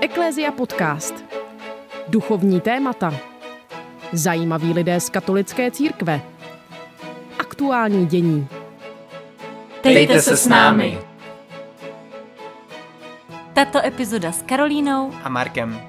Eklézia podcast. Duchovní témata. Zajímaví lidé z katolické církve. Aktuální dění. Dejte se s námi. Tato epizoda s Karolínou A Markem.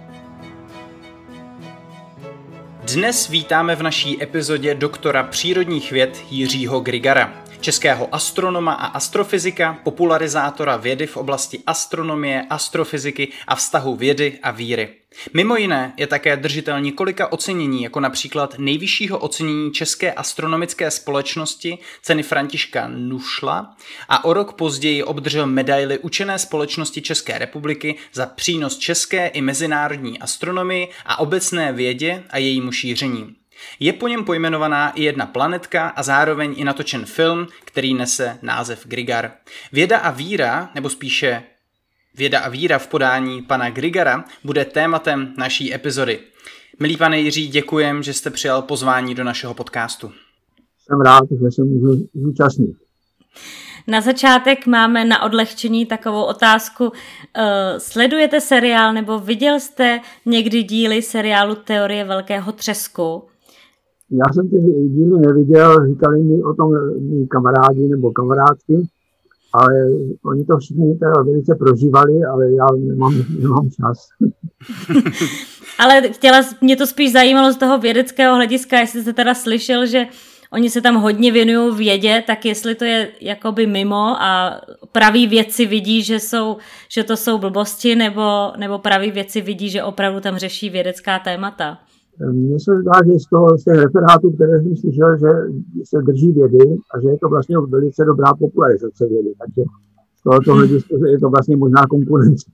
Dnes vítáme v naší epizodě doktora přírodních věd Jiřího Grygara, českého astronoma a astrofyzika, popularizátora vědy v oblasti astronomie, astrofyziky a vztahu vědy a víry. Mimo jiné je také držitel několika ocenění, jako například nejvyššího ocenění České astronomické společnosti, ceny Františka Nušla, a o rok později obdržel medaili Učené společnosti České republiky za přínos české i mezinárodní astronomii a obecné vědě a jejímu šíření. Je po něm pojmenovaná i jedna planetka a zároveň i natočen film, který nese název Grygar. Věda a víra, nebo spíše Věda a víra v podání pana Grygara, bude tématem naší epizody. Milý pane Jiří, děkujem, že jste přijal pozvání do našeho podcastu. Jsem rád, že se můžu zúčastnit. Na začátek máme na odlehčení takovou otázku. Sledujete seriál nebo viděl jste někdy díly seriálu Teorie velkého třesku? Já jsem ty díly neviděl, říkali mi o tom mý kamarádi nebo kamarádky, ale oni to všichni teda velice prožívali, ale já nemám čas. Ale mě to spíš zajímalo z toho vědeckého hlediska, jestli jste teda slyšel, že oni se tam hodně věnují vědě, tak jestli to je jakoby mimo a praví vědci vidí, že to jsou blbosti, nebo praví vědci vidí, že opravdu tam řeší vědecká témata. Mně se zdá, že z těch referátů, které jsem slyšel, že se drží vědy a že je to vlastně velice dobrá popularizace vědy. Takže z tohoto hlediska je to vlastně možná konkurence.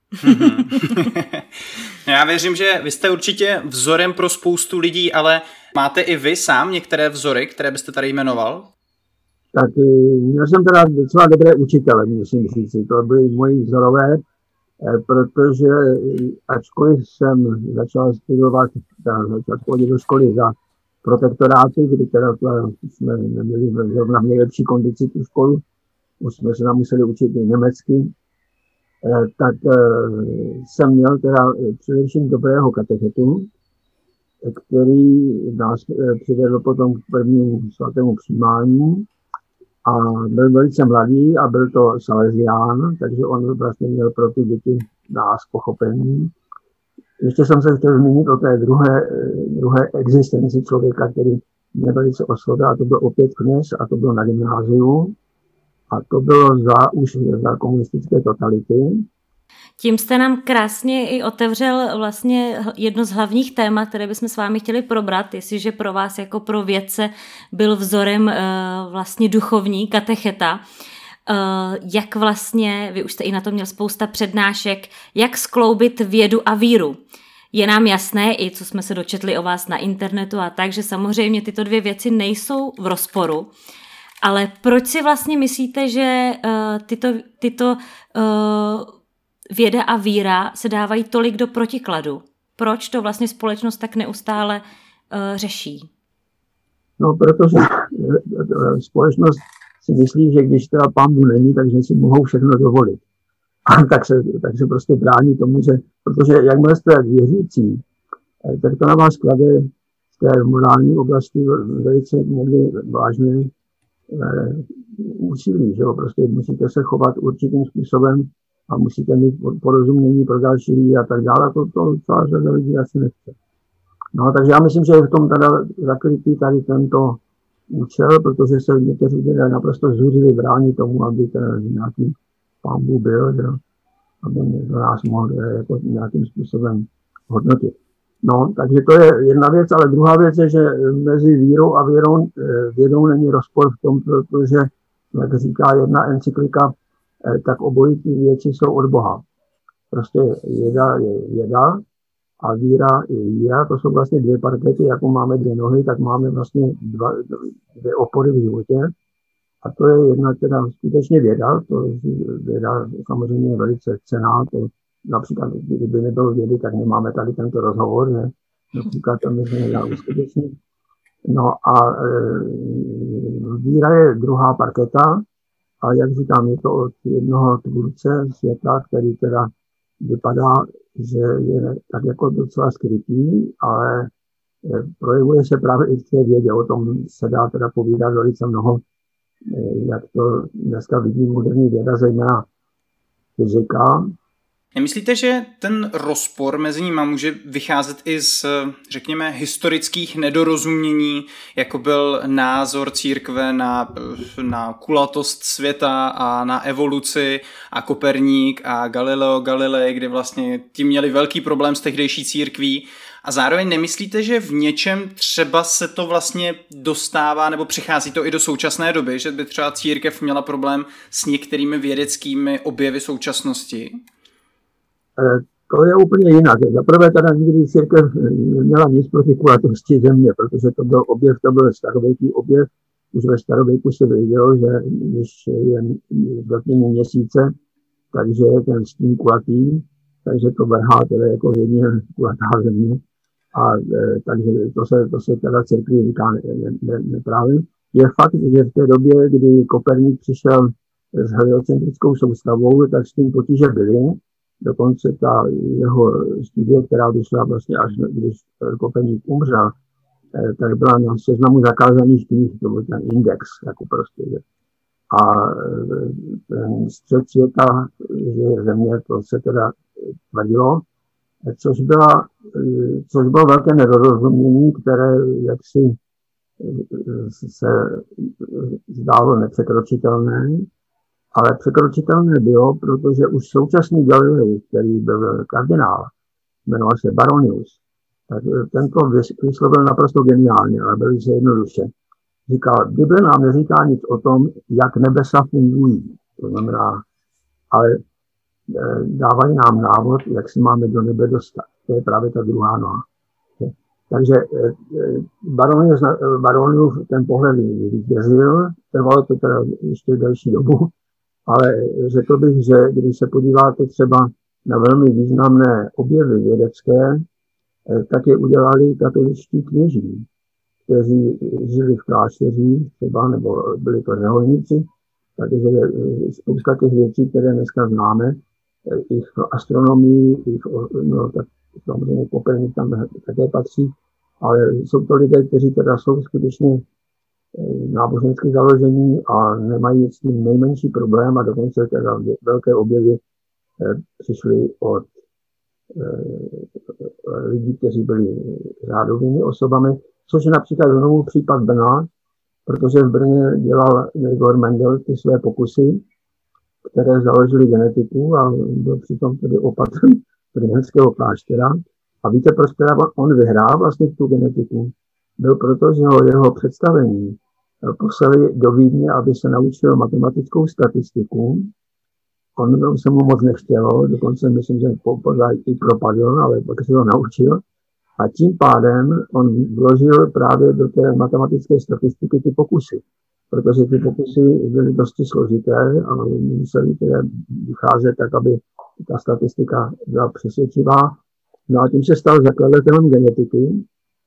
Já věřím, že vy jste určitě vzorem pro spoustu lidí, ale máte i vy sám některé vzory, které byste tady jmenoval? Tak měl jsem teda docela dobré učitele, musím říct. To byly moji vzorové, protože ačkoliv jsem začal studovat, začal chodit do školy za protektorátu, kdy teda jsme neměli zrovna v nejlepší kondici tu školu, už jsme se nám museli učit i německy, tak jsem měl teda především dobrého katechetu, který nás přivedl potom k prvnímu svatému přijímání a byl velice mladý a byl to Salesián, takže on vlastně měl pro ty děti nás pochopení. Ještě jsem se chtěl zmínit o té druhé existenci člověka, který mě velice oslovil, a to byl opět kněz, a to bylo na gymnáziu. A to bylo už za komunistické totality. Tím jste nám krásně i otevřel vlastně jedno z hlavních témat, které bychom s vámi chtěli probrat, jestliže pro vás jako pro vědce byl vzorem vlastně duchovní katecheta. Jak vlastně, vy už jste i na to měl spousta přednášek, jak skloubit vědu a víru. Je nám jasné, i co jsme se dočetli o vás na internetu a tak, že samozřejmě tyto dvě věci nejsou v rozporu. Ale proč si vlastně myslíte, že tyto věda a víra se dávají tolik do protikladu? Proč to vlastně společnost tak neustále řeší? No, protože společnost si myslí, že když teda Pán Bůh není, takže si mohou všechno dovolit. A tak se prostě brání tomu, že, protože jakmile jste věřící, tak to na vás klade v té morální oblasti velice někdy vážné úsilí, že jo, prostě musíte se chovat určitým způsobem a musíte mít porozumění pro další lidi a tak dále, to celá řada lidí asi nechce. No, takže já myslím, že je v tom teda zakrytý tady tento účel, protože se někteří lidé naprosto zuřili brání tomu, aby ten nějaký Pán Bůh byl, že? Aby nás mohl jako nějakým způsobem hodnotit. No, takže to je jedna věc, ale druhá věc je, že mezi vírou a vědou není rozpor v tom, protože, jak říká jedna encyklika, tak obojí ty věci jsou od Boha. Prostě věda je věda a víra je víra. To jsou vlastně dvě parkety, jako máme dvě nohy, tak máme vlastně dvě opory v životě. A to je jedna teda skutečně věda, to věda samozřejmě je velice cenná, to například, kdyby nebylo vědy, tak nemáme tady tento rozhovor, ne? Například to se nedá uskutečnit. No a víra je druhá parketa a jak říkám, je to od jednoho tvůrce světa, který teda vypadá, že je tak jako docela skrytý, ale projevuje se právě i v té vědě. O tom se dá teda povídat velice mnoho, jak to dneska vidí moderní věda, zejména fyzika. Nemyslíte, že ten rozpor mezi nimi může vycházet i z, řekněme, historických nedorozumění, jako byl názor církve na kulatost světa a na evoluci a Koperník a Galileo Galilei, kdy vlastně ti měli velký problém s tehdejší církví? A zároveň nemyslíte, že v něčem třeba se to vlastně dostává, nebo přichází to i do současné doby, že by třeba církev měla problém s některými vědeckými objevy současnosti? To je úplně jinak. Zaprvé teda nikdy církev neměla nic proti kulatosti země, protože to byl objev, to byl starověký objev. Už ve starověku se vědělo, že když je zatmění měsíce, takže je ten stín kulatý, takže to vrhá teda jako jedině kulatá země. A takže to se teda církvi říká neprávě. Je fakt, že v té době, kdy Koperník přišel s heliocentrickou soustavou, tak s tím potíže byly. Dokonce ta jeho studie, která vyšla vlastně až když Koperník umřel, tak byla na seznamu zakázaných knih, to byl ten index, jako prostě. A ten střed světa, že je země, to se teda tvrdilo, což bylo velké nedorozumění, které jaksi se zdálo nepřekročitelné, ale překročitelné bylo, protože už současný Galilei, který byl kardinál, jmenoval se Baronius, tak ten to vyslovil naprosto geniálně, ale velice jednoduše. Říkal, Bible nám neříká nic o tom, jak nebesa fungují. To znamená, ale dávají nám návod, jak si máme do nebe dostat. To je právě ta druhá noha. Takže Baronius ten pohled vytěžil, trvalo to teda ještě delší dobu, ale řekl bych, že když se podíváte třeba na velmi významné objevy vědecké, tak je udělali katoličtí kněží, kteří žili v klášteřích třeba, nebo byli to řeholníci, takže spousta těch věcí, které dneska známe, i v astronomii, tak samozřejmě Koperník tam také patří, ale jsou to lidé, kteří teda jsou skutečně nábožensky založení a nemají s tím nejmenší problém a dokonce teda velké objevy přišly od lidí, kteří byli řádovými osobami, což je například znovu případ Brna, protože v Brně dělal Gregor Mendel ty své pokusy, které založily genetiku a byl přitom tedy opatřen brněnského kláštera. A víte, proč teda on vyhrál vlastně tu genetiku? Byl proto, že jeho představení poslali do Vídně, aby se naučil matematickou statistiku. On se mu moc nechtělo, dokonce myslím, že i propadl, ale pak se to naučil. A tím pádem on vložil právě do té matematické statistiky ty pokusy. Protože ty pokusy byly dosti složité a museli tedy vycházet tak, aby ta statistika byla přesvědčivá. No a tím se stal zakladatelem genetiky.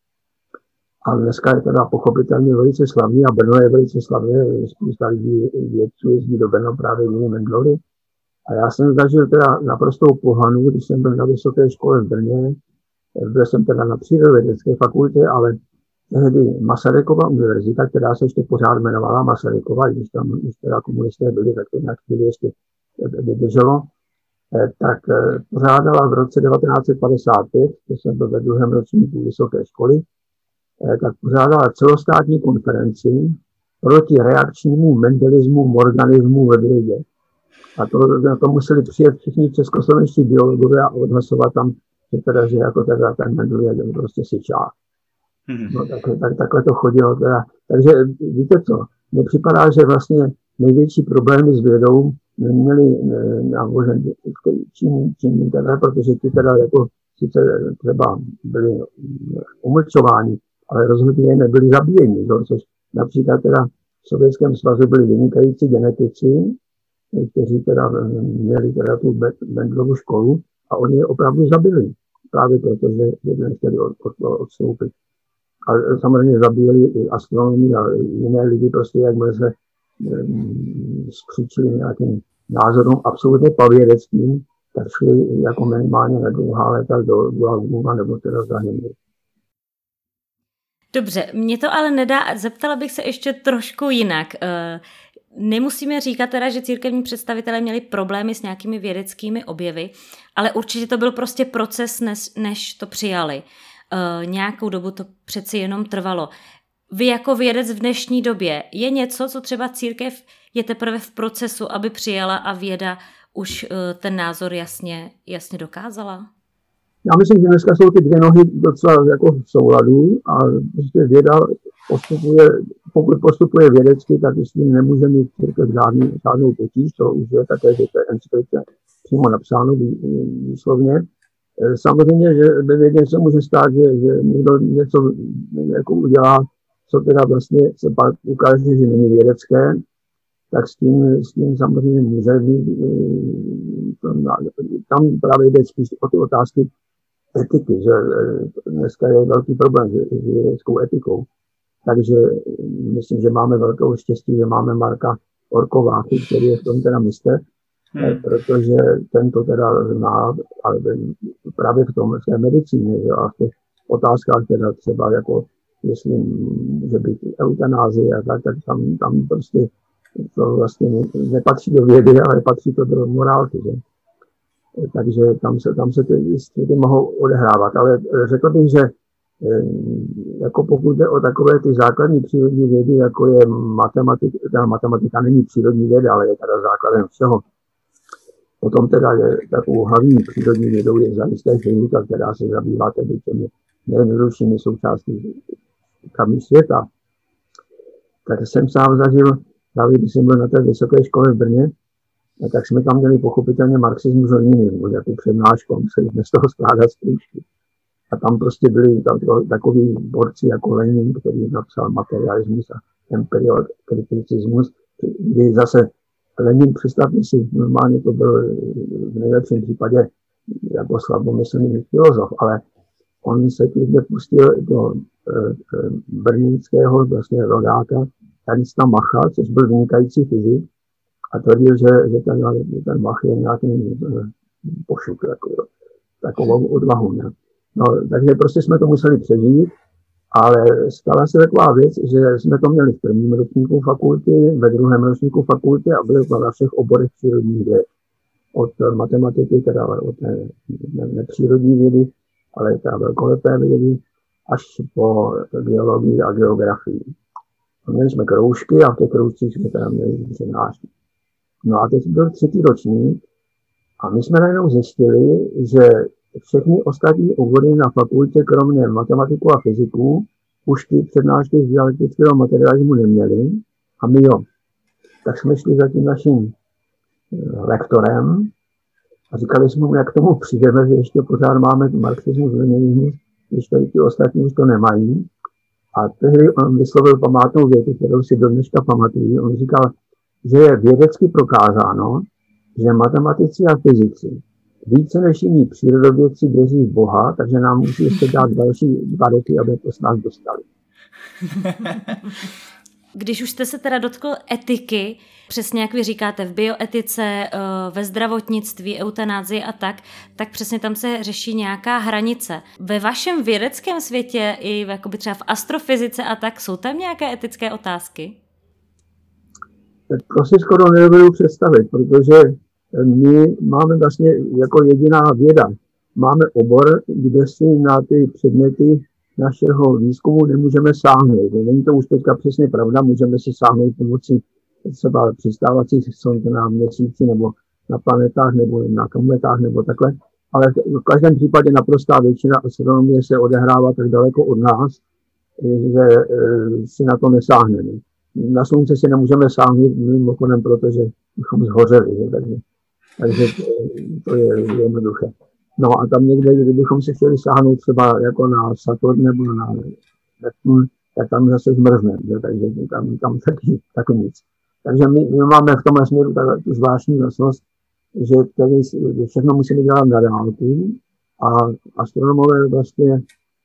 A dneska je teda pochopitelně velice slavný a Brno je velice slavné. Spousta lidí vědců jezdí do Brno právě kvůli Mendlovi. A já jsem zažil teda naprostou pohanu, když jsem byl na vysoké škole v Brně. Byl jsem teda na přírodovědecké fakultě, ale tehdy Masarykova univerzita, která se ještě pořád jmenovala Masarykova, když tam už teda komunisté byli, tak to nějak chvíli ještě vydrželo, tak pořádala v roce 1955, když jsem byl ve druhém ročníku vysoké školy, tak pořádala celostátní konferenci proti reakčnímu mendelismu morganismu ve vědě. A to museli přijet všichni českoslovenští biologové a odhlasovat tam, že jako teda ten Mendel je prostě syčák. No, takhle to chodilo teda. Takže víte co, mně připadá, že vlastně největší problémy s vědou neměli náboženství čím teda, protože ti teda jako sice třeba byli umlčováni, ale rozhodně nebyli zabíjeni, což například teda v Sovětském svazu byli vynikající genetici, kteří teda měli teda tu Mendlovu školu a oni je opravdu zabili. Právě proto, že nechtěli odstoupit. A samozřejmě zabíjeli i astronomy a jiné lidi, prostě jakmile se spříčili nějakým názorům absolutně pavědeckým, tak šli jako minimálně na dlouhá léta do Gulagu nebo teda zahynuli. Dobře, mě to ale nedá, zeptala bych se ještě trošku jinak. Nemusíme říkat teda, že církevní představitelé měli problémy s nějakými vědeckými objevy, ale určitě to byl prostě proces, než to přijali. Nějakou dobu to přeci jenom trvalo. Vy jako vědec v dnešní době, je něco, co třeba církev je teprve v procesu, aby přijala a věda už ten názor jasně dokázala? Já myslím, že dneska jsou ty dvě nohy docela jako v souladu a prostě věda pokud postupuje vědecky, tak s tím nemůže mít církev žádnou potíž, to už je také, že to je encyklice přímo napsáno výslovně. Samozřejmě, že ve vědě se může stát, že někdo něco jako udělá, co teda vlastně se pak ukáže, že není vědecké, tak s tím samozřejmě může být. Tam právě jde spíš o ty otázky etiky, že dneska je velký problém s vědeckou etikou. Takže myslím, že máme velkou štěstí, že máme Marka Orkováchy, který je v tom teda mistr, protože ten to teda zná, ale právě v té medicíně, že, a v těch otázkách teda třeba jako, jestli může být eutanázie a tak tam prostě to vlastně nepatří do vědy, ale patří to do morálky, že. Takže tam se ty střety mohou odehrávat, ale řekl bych, že jako pokud jde o takové ty základní přírodní vědy, jako je matematika není přírodní věda, ale je teda základem všeho. Potom teda je takovou hlavní přírodní vědou je zajisté fyzika, která se zabývá tedy těmi nejjednoduššími součástmi světa. Tak jsem sám zažil, právě když jsem byl na té vysoké škole v Brně, tak jsme tam měli pochopitelně marxismus, leninismus jako přednášku, museli jsme z toho skládat zkoušky. A tam prostě byli takoví borci jako Lenin, který napsal materialismus a empiriokritismus, kdy zase Lenin, představte si, normálně to byl v nejlepším případě jako slabomyslný filozof, ale on se klidně pustil do brněnského vlastně rodáka Ernsta Macha, což byl vynikající fyzik, a tvrdil, že ten Mach je nějaký pošuk, takovou odvahu. Ne? No, takže prostě jsme to museli přežít, ale stala se taková věc, že jsme to měli v prvním ročníku fakulty, ve druhém ročníku fakulty a byli to na všech oborech přírodních věd. Od matematiky, teda od nepřírodní vědy, ale teda velkolepé vědy, až po biologii a geografii. A měli jsme kroužky a v těch kroužcích jsme teda měli přednášky. No a teď byl třetí ročník a my jsme najednou zjistili, že všechny ostatní obory na fakultě, kromě matematiku a fyziku, už ty přednášky z dialektického materialismu neměli a my jo. Tak jsme šli za tím naším lektorem a říkali jsme mu, jak k tomu přijdeme, že ještě pořád máme marxismus, leninismus, když tady ty ostatní už to nemají. A tehdy on vyslovil památnou větu, kterou si do dneška pamatují. On říkal, že je vědecky prokázáno, že matematici a fyzici více než jiní přírodovědci věří v Boha, takže nám musí ještě dát další 2 roky, aby to s nás dostali. Když už jste se teda dotkl etiky, přesně jak vy říkáte, v bioetice, ve zdravotnictví, eutanázii a tak přesně tam se řeší nějaká hranice. Ve vašem vědeckém světě i jakoby třeba v astrofyzice a tak, jsou tam nějaké etické otázky? To si skoro nedovedu představit, protože my máme vlastně jako jediná věda, máme obor, kde si na ty předměty našeho výzkumu nemůžeme sáhnout. Není to už teďka přesně pravda, můžeme si sáhnout pomocí třeba přistávacích sond na měsíci nebo na planetách nebo na kometách nebo takhle, ale v každém případě naprostá většina astronomie se odehrává tak daleko od nás, že si na to nesáhneme. Na slunce si nemůžeme sáhnout mimochodem, protože bychom zhořeli, takže to je jednoduché. No a tam někde, kdybychom si chtěli sáhnout třeba jako na Saturn nebo na Neptun, tak tam zase zmrzneme, takže tam taky nic. Takže my máme v tomhle směru tu zvláštní vlastnost, že tady všechno musíme dělat na dálku a astronomové vlastně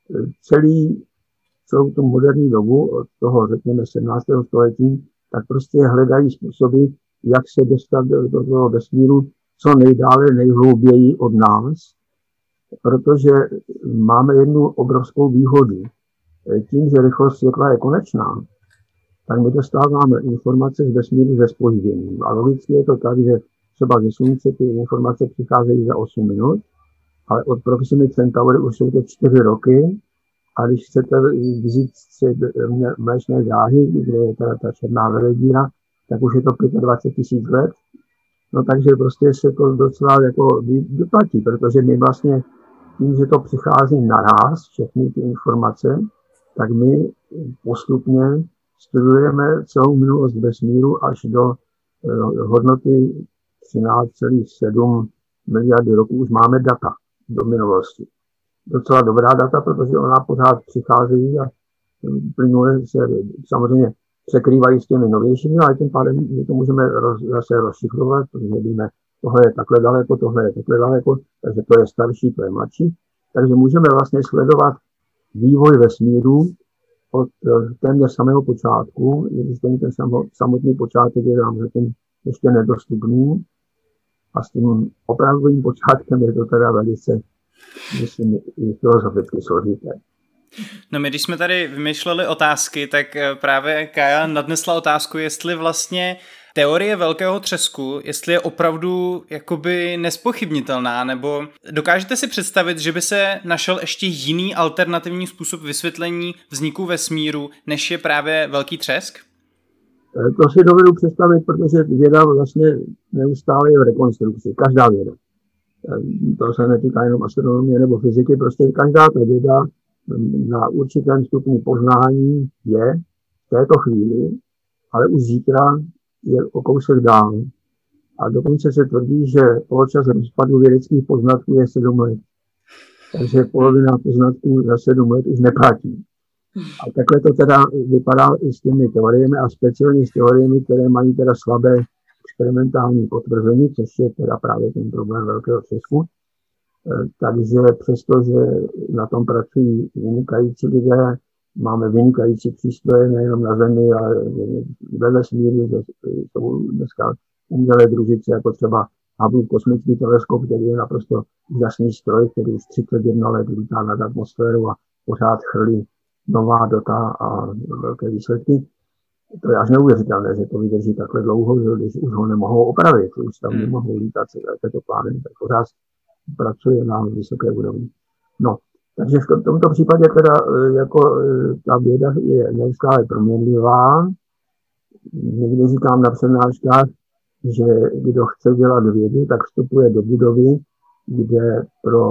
celou tu moderní dobu od toho, řekněme, 17. století, tak prostě hledají způsoby, jak se dostat do toho vesmíru co nejdále, nejhlouběji od nás, protože máme jednu obrovskou výhodu. Tím, že rychlost světla je konečná, tak my dostáváme informace z vesmíru se zpožděním. A logicky je to tak, že třeba ze Slunce ty informace přicházejí za 8 minut, ale od Proximy Centauri už jsou to 4 roky. A když chcete vzít mléčné dráhy, kde je teda ta černá veledína, tak už je to 25 000 let. No takže prostě se to docela jako vyplatí, protože my vlastně tím, že to přichází naraz, všechny ty informace, tak my postupně studujeme celou minulost vesmíru až do hodnoty 13,7 miliardy roků. Už máme data do minulosti. Docela dobrá data, protože ona pořád přicházejí a plynule se samozřejmě překrývají s těmi novějšími, ale tím pádem my to můžeme zase rozšifrovat, protože víme, tohle je takhle daleko, tohle je takhle daleko, takže to je starší, to je mladší. Takže můžeme vlastně sledovat vývoj vesmíru od téměř samého počátku, i když ten samotný počátek je nám zatím ještě nedostupný. A s tím opravdovým počátkem je to teda velice, myslím, i filozoficky složité. No my, když jsme tady vymýšleli otázky, tak právě Kája nadnesla otázku, jestli vlastně teorie velkého třesku, jestli je opravdu jakoby nespochybnitelná, nebo dokážete si představit, že by se našel ještě jiný alternativní způsob vysvětlení vzniku vesmíru, než je právě velký třesk? To si dovedu představit, protože věda vlastně neustále je v rekonstrukci. Každá věda. To se netýká jenom astronomie nebo fyziky, prostě každá ta věda na určitém stupni poznání je v této chvíli, ale už zítra je o kousek dál. A dokonce se tvrdí, že poločas rozpadu vědeckých poznatků je 7 let. Takže polovina poznatků za 7 let už neplatí. A takhle to teda vypadá i s těmi teoriemi a speciálně s teoriemi, které mají teda slabé experimentální potvrzení, což je teda právě ten problém velkého třesku. Takže přestože na tom pracují vynikající lidé, máme vynikající přístroje nejenom na Zemi, ale ve vesmíru, že jsou dneska umělé družice, jako třeba Hubble kosmický teleskop, který je naprosto úžasný stroj, který už 31 let lítá nad atmosféru a pořád chrlí nová data a velké výsledky. To je až neuvěřitelné, že to vydrží takhle dlouho, že když už ho nemohou opravit, už tam nemohou lítat to plány, tak pořád pracuje na vysoké úrovni. No, takže v tomto případě teda jako ta věda je neustále proměnlivá. Někdy říkám na přednáškách, že kdo chce dělat vědu, tak vstupuje do budovy, kde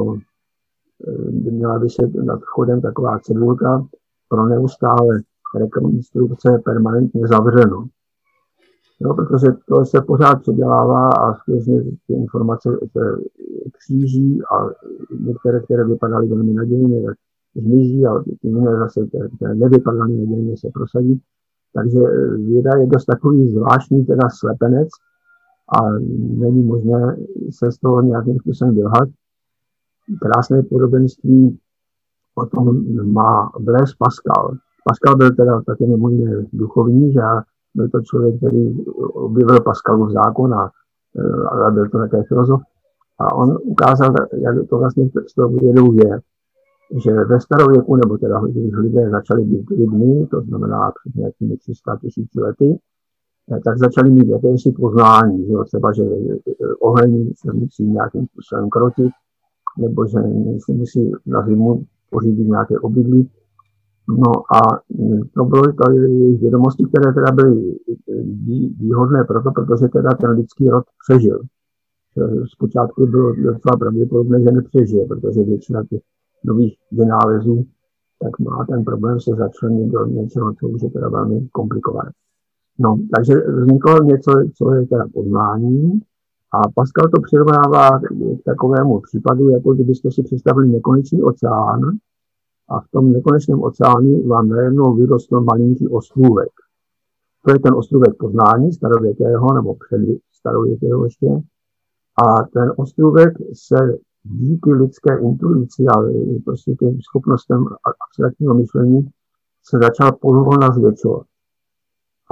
měla by se nad vchodem taková cedulka pro neustále rekonstrukce permanentně zavřeno. No, protože to se pořád předělává a skutečně ty informace se kříží a některé, které vypadaly velmi nadějně, tak zmizí a jiné zase, které nevypadaly nadějně, se prosadí. Takže věda je dost takový zvláštní teda slepenec a není možné se z toho nějakým způsobem vylhat. Krásné podobenství o tom má Blaise Pascal. Pascal byl teda také mimo jiné duchovní, že byl to člověk, který objevil Pascalův zákon, ale byl to také filozof. A on ukázal, jak to vlastně s tou vědou je, že ve starověku, nebo teda když lidé začali být lidmi, to znamená před nějakými 300 000 lety, tak začali mít jakési poznání, že třeba, že oheň se musí nějakým způsobem krotit, nebo že si musí na zimu pořídit nějaké obydlí. No a to byly jejich vědomosti, které teda byly výhodné proto, protože teda ten lidský rod přežil. Zpočátku bylo docela pravděpodobné, že nepřežije, protože většina těch nových vynálezů tak má ten problém se začlenit do něčeho, co už je teda velmi komplikované. No, takže vzniklo něco, co je teda poznání a Pascal to přirovnává k takovému případu, jako kdybyste si představili nekonečný oceán a v tom nekonečném oceánu vám najednou vyrostl malinký ostrůvek. To je ten ostrůvek poznání starověkého nebo předstarověkého ještě. A ten ostrůvek se díky lidské intuici a prostě těm schopnostem abstraktního myšlení se začal pozvolna zvětšovat.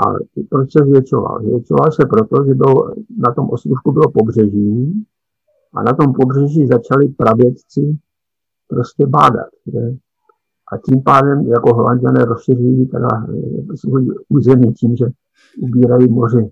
A proč se zvětšoval? Zvětšoval se proto, že na tom ostrůvku bylo pobřeží a na tom pobřeží začali pravědci prostě bádat. Že? A tím pádem jako Holanďané rozšiřují teda svůj území tím, že ubírají moři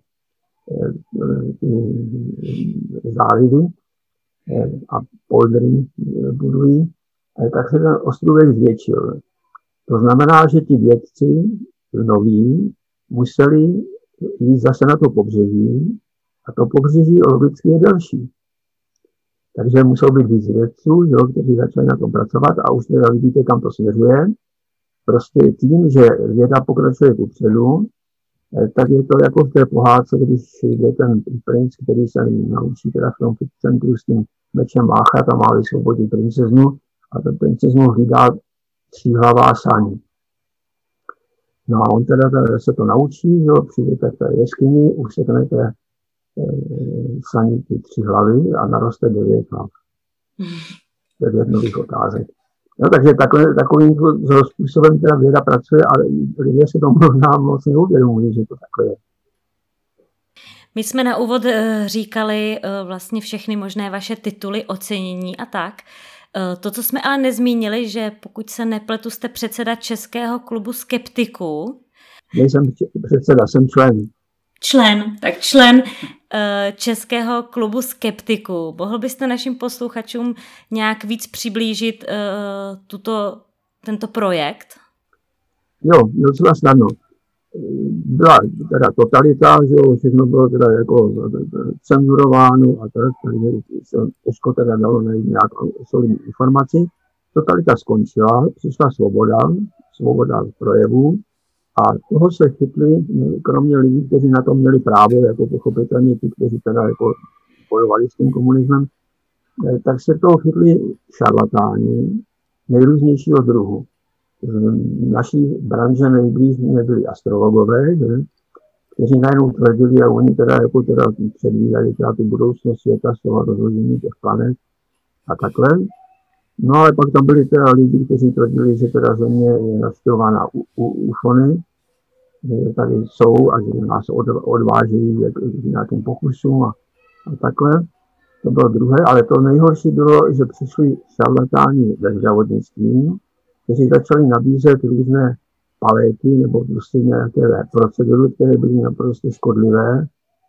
zálivy a poldry budují, tak se ten ostrůvek zvětšil. To znamená, že ti vědci noví museli jít zase na to pobřeží a to pobřeží logicky je delší. Takže muselo být víc vědců, kteří začali na tom pracovat a už teda vidíte, kam to směřuje. Prostě tím, že věda pokračuje kupředu, tak je to jako v té pohádce, když jde ten princ, který se naučí teda v tom centru s tím mečem máchat a má vysvobodit princeznu a ten princeznu hlídá tříhlavá saní. No a on teda se to naučí, přijdete k té jeskyni, useknete saní ty 3 hlavy a naroste 9 hlav. 9 nových otázek. No, takže takovým způsobem teda věda pracuje, ale lidé se to možná moc neuvědomují, že to takhle je. My jsme na úvod říkali vlastně všechny možné vaše tituly, ocenění a tak. To, co jsme ale nezmínili, že pokud se nepletu, jste předseda Českého klubu skeptiků. Nejsem předseda, jsem člen. Člen Českého klubu skeptiků. Mohl byste našim posluchačům nějak víc přiblížit tento projekt? Jo, docela snadno. Byla teda totalita, že všechno bylo teda jako cenzurováno a tak, takže se těžko teda dalo najít nějakou solidní informaci. Totalita skončila, přišla svoboda projevu a toho se chytli, kromě lidí, kteří na to měli právo, jako pochopitelně ti, kteří teda jako bojovali s tím komunismem, tak se toho chytli šarlatáni nejrůznějšího druhu. V naší branže nejblíž mě byli astrologové, kteří najednou tvrdili, a oni teda předvídali tu budoucnost světa z toho rozložení těch planet a takhle. No ale pak tam byli teda lidi, kteří tvrdili, že teda Země je navštěvována ufony, že tady jsou a že nás odvážejí k nějakým pokusům a takhle. To bylo druhé, ale to nejhorší bylo, že přišli šarlatáni ve zdravotnictví, kteří začali nabízet různé paléky nebo prostě nějaké procedury, které byly naprosto škodlivé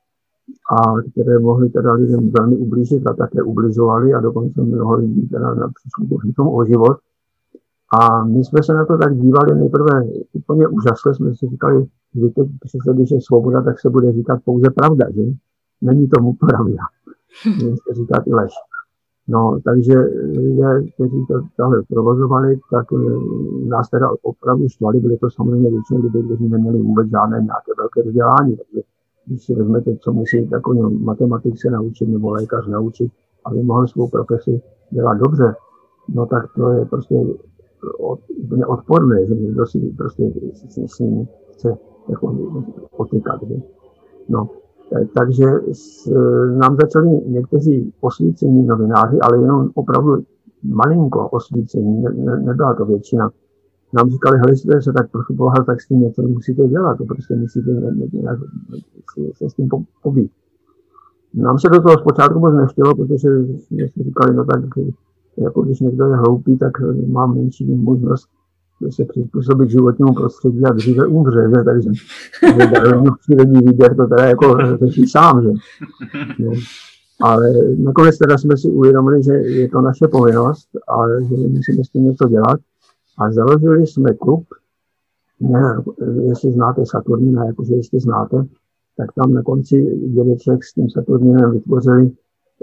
a které mohly teda lidem velmi ublížit a také ubližovali a dokonce mnoho lidí teda přišli o život. A my jsme se na to tak dívali nejprve úplně úžasle, jsme si říkali, že teď přece, když je svoboda, tak se bude říkat pouze pravda, že? Není tomu pravda. Může se říkat i lež. No, takže lidé, kteří to tahle provozovali, tak nás teda opravdu štvali, byli to samozřejmě většinou lidé, kteří neměli vůbec žádné nějaké velké vzdělání. Takže když si vezmete, co musí takový matematik se naučit nebo lékař naučit, aby mohl svou profesi dělat dobře, no tak to je prostě úplně odporné, že někdo si prostě s ním chce jako potýkat. No. Takže nám začali někteří osvícení novináři, ale jenom opravdu malinko osvícení, nebyla to většina. Nám říkali, hele, se tak trochu boha, tak s tím něco musíte dělat, to prostě musíte nějak se s tím pobít. Nám se do toho zpočátku moc nechtělo, protože jsme si říkali, no tak jako když někdo je hloupý, tak má menší možnost se přizpůsobit životnímu prostředí a dříve umře, že? Takže přírodní výběr to teda jako řeší sám, že? No. Ale nakonec teda jsme si uvědomili, že je to naše povinnost a že musíme s tím něco dělat. A založili jsme klub, jestli znáte Saturnina, jakože jestli znáte, tak tam na konci dědeček s tím Saturninem vytvořili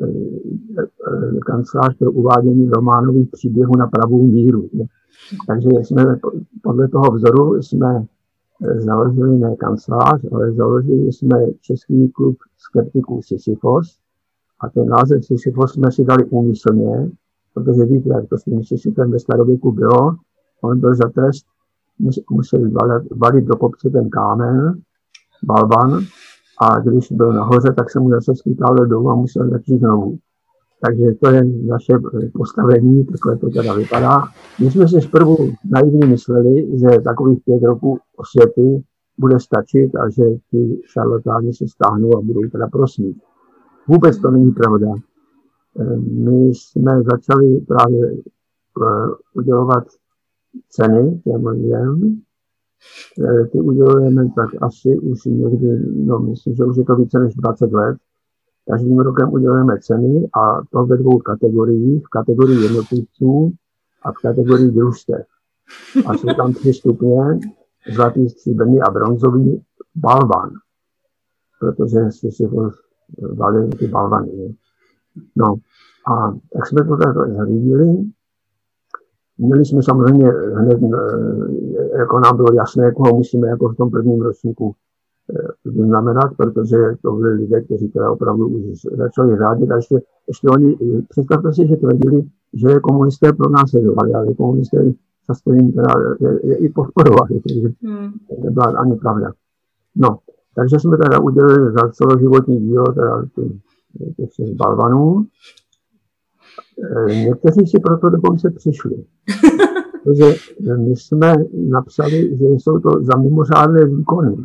kancelář pro uvádění románových příběhů na pravou míru. Je. Takže jsme podle toho vzoru jsme založili ne kancelář, ale založili jsme Český klub skeptiků Sisyfos. A ten název Sisyfos jsme si dali úmyslně, protože víte, jak to s tím Sisyfem ve starověku bylo. On byl za trest, musel valit do kopce ten kámen, balvan, a když byl nahoře, tak se mu zase skýtal dolů a musel začít znovu. Takže to je naše postavení, takhle to teda vypadá. My jsme si zprvu naivně mysleli, že takových 5 roků osvěty bude stačit a že ty šarlatáni se stáhnou a budou teda prosmít. Vůbec to není pravda. My jsme začali právě udělovat ceny těm lidem. Ty udělujeme tak asi už někdy, myslím, že už je to více než 20 let. Každým rokem udělujeme ceny a to ve 2 kategoriích. V kategorii jednotlivců a v kategorii družstev. A jsou tam 3 stupně, zlatý, stříbrný a bronzový balvan. Protože si valili ty balvany. No a tak jsme to takhle zařídili. Měli jsme samozřejmě hned, jako nám bylo jasné, koho musíme jako v tom prvním ročníku vyznamenat, protože to byli lidé, kteří teda opravdu už začali řádit a ještě oni, představte si, že tvrdili, že je komunisté pro nás sledovali, ale komunisté často jim teda je i podporovali, takže nebyla ani pravda. No, takže jsme teda udělali za celoživotní dílo teda těch 6 balvanů. Někteří si proto dokonce přišli. Protože my jsme napsali, že jsou to za mimořádné výkony.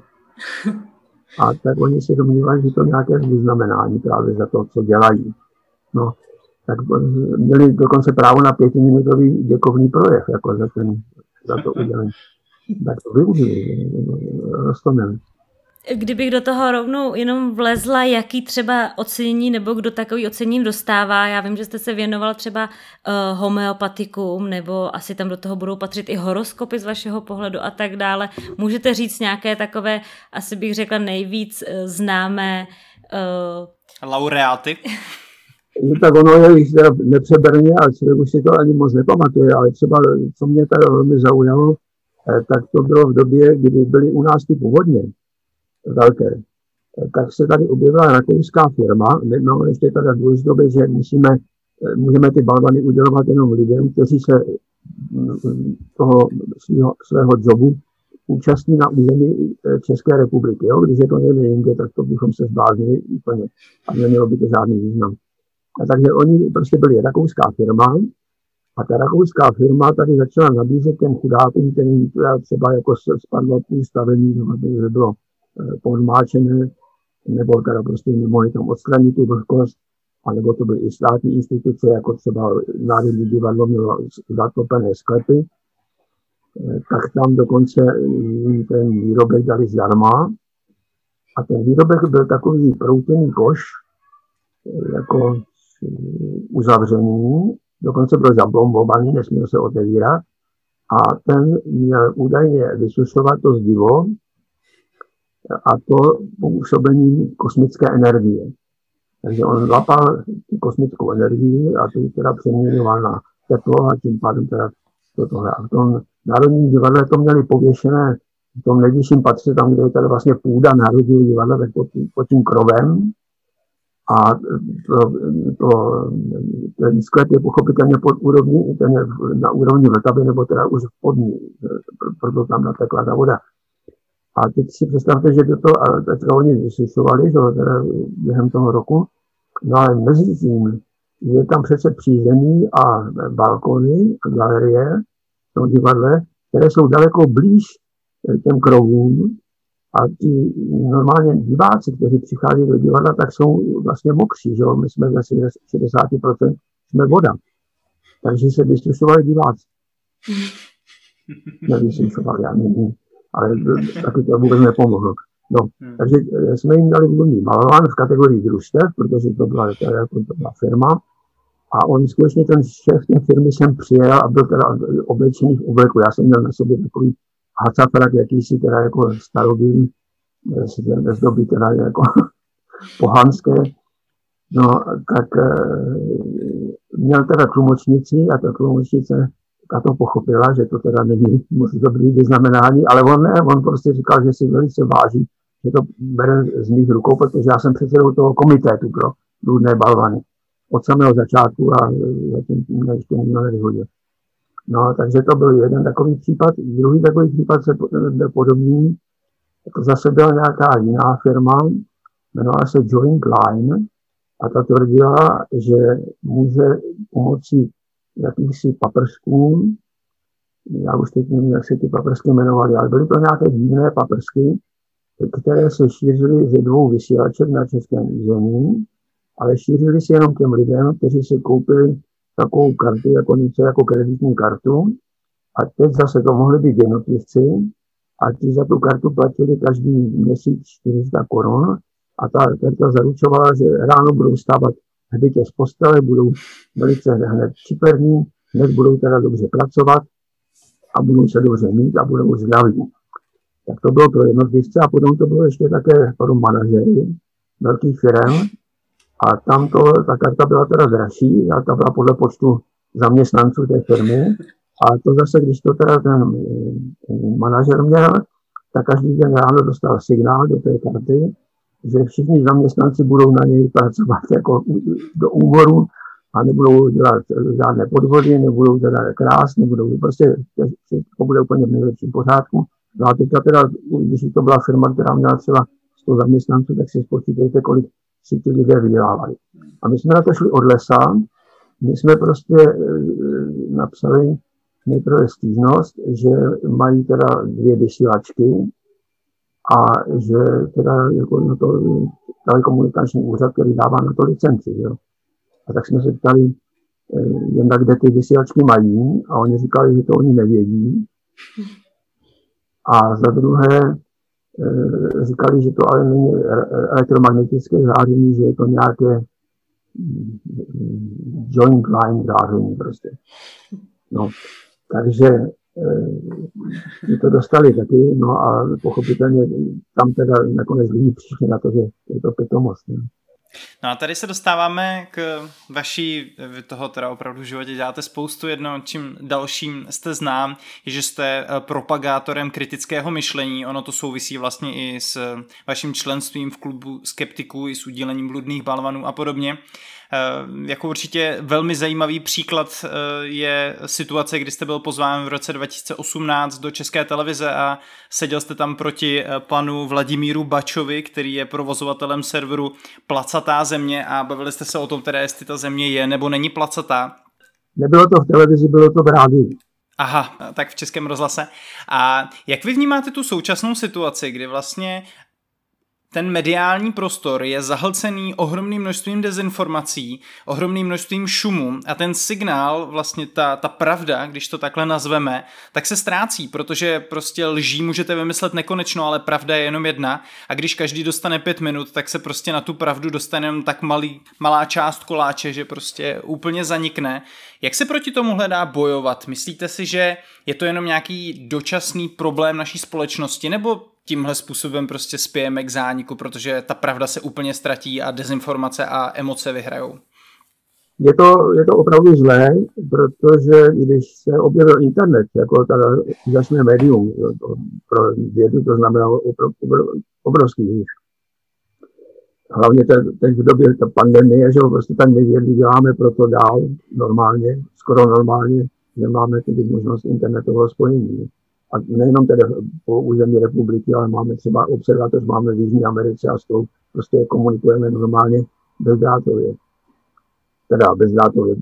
A tak oni si domnívali, že to nějaké vyznamenání právě za to, co dělají. No, tak měli dokonce právo na 5minutový děkovný projev, jako za to udělení. Tak to využili, roztomili. Kdybych do toho rovnou jenom vlezla, jaký třeba ocenění nebo kdo takový ocenění dostává. Já vím, že jste se věnoval třeba homeopatikům, nebo asi tam do toho budou patřit i horoskopy z vašeho pohledu a tak dále. Můžete říct nějaké takové, asi bych řekla nejvíc známé laureáty? Tak ono je jich nepřeberně, ale člověk už si to ani moc nepamatuje, ale třeba, co mě tady velmi zaujalo, tak to bylo v době, kdy byly u nás ty povodně velké. Tak se tady objevila rakouská firma, no ještě teda důležité, že můžeme ty balvany udělovat jenom lidem, kteří se toho svého jobu účastní na území České republiky. Jo? Když je to někde jinde, tak to bychom se zbláznili úplně a nemělo by to žádný význam. A takže oni prostě byli rakouská firma a ta rakouská firma tady začala nabízet těm chudákům, kterým třeba jako spadlo půl stavení, že bylo podmáčené, nebo teda prostě nemohli tam odstranit tu vlhkost, anebo to byly i státní instituce, jako třeba Národní divadlo mělo zatopené sklepy, tak tam dokonce ten výrobek dali zdarma. A ten výrobek byl takový proutěný koš, jako uzavřený, dokonce byl zablombovaný, nesměl se otevírat. A ten měl údajně vysušovat to zdivo, a to působením kosmické energie. Takže on lapal kosmickou energii a tu teda přeměňoval na teplo a tím pádem teda tohle. A v tom Národním divadle to měli pověšené v tom nejvyšším patře, tam, kde je tady vlastně půda Národního divadla, tak pod tím krovem. A ten sklep je pochopitelně pod úrovní, ten je na úrovni Vltavy, nebo teda už v podní, proto tam natekla ta voda. A teď si představte, že to oni vysušovali, že teda během toho roku, no ale mezi tím je tam přece přízemí a balkony a galerie v tom divadle, které jsou daleko blíž těm krovům a ti normálně diváci, kteří přichází do divadla, tak jsou vlastně mokří, že jo, my jsme asi 60% jsme voda, takže se vysušovali diváci. Nevysušovali, já nevím. Ale taky to vůbec nepomohlo. No, takže jsme jim dali důvodní balvan v kategorii družstev, protože to byla firma. A on skutečně ten šéf té firmy sem přijel a byl teda oblečený v obleku. Já jsem měl na sobě takový hacafrak, jakýsi teda jako starobylý, bez doby teda jako pohanské. No, tak měl teda tlumočnici a ta tlumočnice a to pochopila, že to teda není moc dobrý vyznamenání, ale on prostě říkal, že si velice váží, že to bere z mých rukou, protože já jsem předsedou toho komitétu pro bludné balvany od samého začátku a zatím ještě nikdo nevyhodil. No, takže to byl jeden takový případ. Druhý takový případ se byl podobný. To zase byla nějaká jiná firma, jmenovala se Joint Line a ta tvrdila, že může pomocí jakýchsi paprsků já už teď nevím, jak se ty paprsky jmenovaly, ale byly to nějaké divné paprsky, které se šířily ze 2 vysílaček na českém území, ale šířily se jenom těm lidem, kteří si koupili takovou kartu, jako něco jako kreditní kartu. A teď zase to mohly být jednotlivci a ti za tu kartu platili každý měsíc 400 korun a ta karta zaručovala, že ráno budou stávat hbitě z postele, budou velice hned čiperní, hned budou teda dobře pracovat a budou se dobře mít a budou zdraví. Tak to bylo pro jednotlivce a potom to bylo ještě také pro manažery velkých firm a tam ta karta byla teda dražší a ta byla podle počtu zaměstnanců té firmy a to zase, když to teda ten manažer měl, tak každý den ráno dostal signál do té karty, že všichni zaměstnanci budou na něj pracovat jako do úmoru a nebudou dělat žádné podvody, nebudou teda krást, nebudou prostě, to bude úplně v nejlepším pořádku. No a teďka teda, když to byla firma, která měla třeba 100 zaměstnanců, tak si spočítejte, kolik si ti lidé vydělávali. A my jsme na to šli od lesa, my jsme prostě napsali nejprve stížnost, že mají teda 2 vysílačky a že teda jako na to telekomunikační úřad, který dává na to licenci. Jo. A tak jsme se ptali, jednak kde ty vysílačky mají a oni říkali, že to oni nevědí. A za druhé říkali, že to ale není elektromagnetické záření, že je to nějaké joint line záření prostě. No, takže my to dostali taky, no a pochopitelně tam teda nakonec lidi přišli na to, že je to pitomost. Ne? No a tady se dostáváme k vaší, vy toho teda opravdu v životě děláte spoustu, jedno čím dalším jste znám, je, že jste propagátorem kritického myšlení, ono to souvisí vlastně i s vaším členstvím v klubu skeptiků, i s udílením bludných balvanů a podobně. Jako určitě velmi zajímavý příklad je situace, kdy jste byl pozván v roce 2018 do České televize a seděl jste tam proti panu Vladimíru Bačovi, který je provozovatelem serveru Placatá země a bavili jste se o tom, teda jestli ta země je nebo není placatá. Nebylo to v televizi, bylo to v rádiu. Aha, tak v Českém rozhlase. A jak vy vnímáte tu současnou situaci, kdy vlastně ten mediální prostor je zahlcený ohromným množstvím dezinformací, ohromným množstvím šumu a ten signál, vlastně ta pravda, když to takhle nazveme, tak se ztrácí, protože prostě lží můžete vymyslet nekonečno, ale pravda je jenom jedna a když každý dostane 5 minut, tak se prostě na tu pravdu dostane jenom tak malá část koláče, že prostě úplně zanikne. Jak se proti tomu dá bojovat? Myslíte si, že je to jenom nějaký dočasný problém naší společnosti, nebo tímhle způsobem prostě spějeme k zániku, protože ta pravda se úplně ztratí a dezinformace a emoce vyhrajou? Je to opravdu zlé, protože když se objevil internet jako úžasné médium pro vědu, to znamená obrovský výš. Hlavně teď v době pandemie, že prostě tak my vědy děláme proto dál normálně, skoro normálně, že máme tedy možnost internetového spojení. A nejenom tedy po území republiky, ale máme třeba observatoř, máme v Jižní Americe a s tou prostě komunikujeme normálně bezdrátově. Teda bezdrátově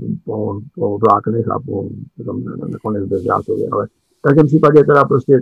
po vláknech a nakonec bezdrátově. Ale v každém případě teda prostě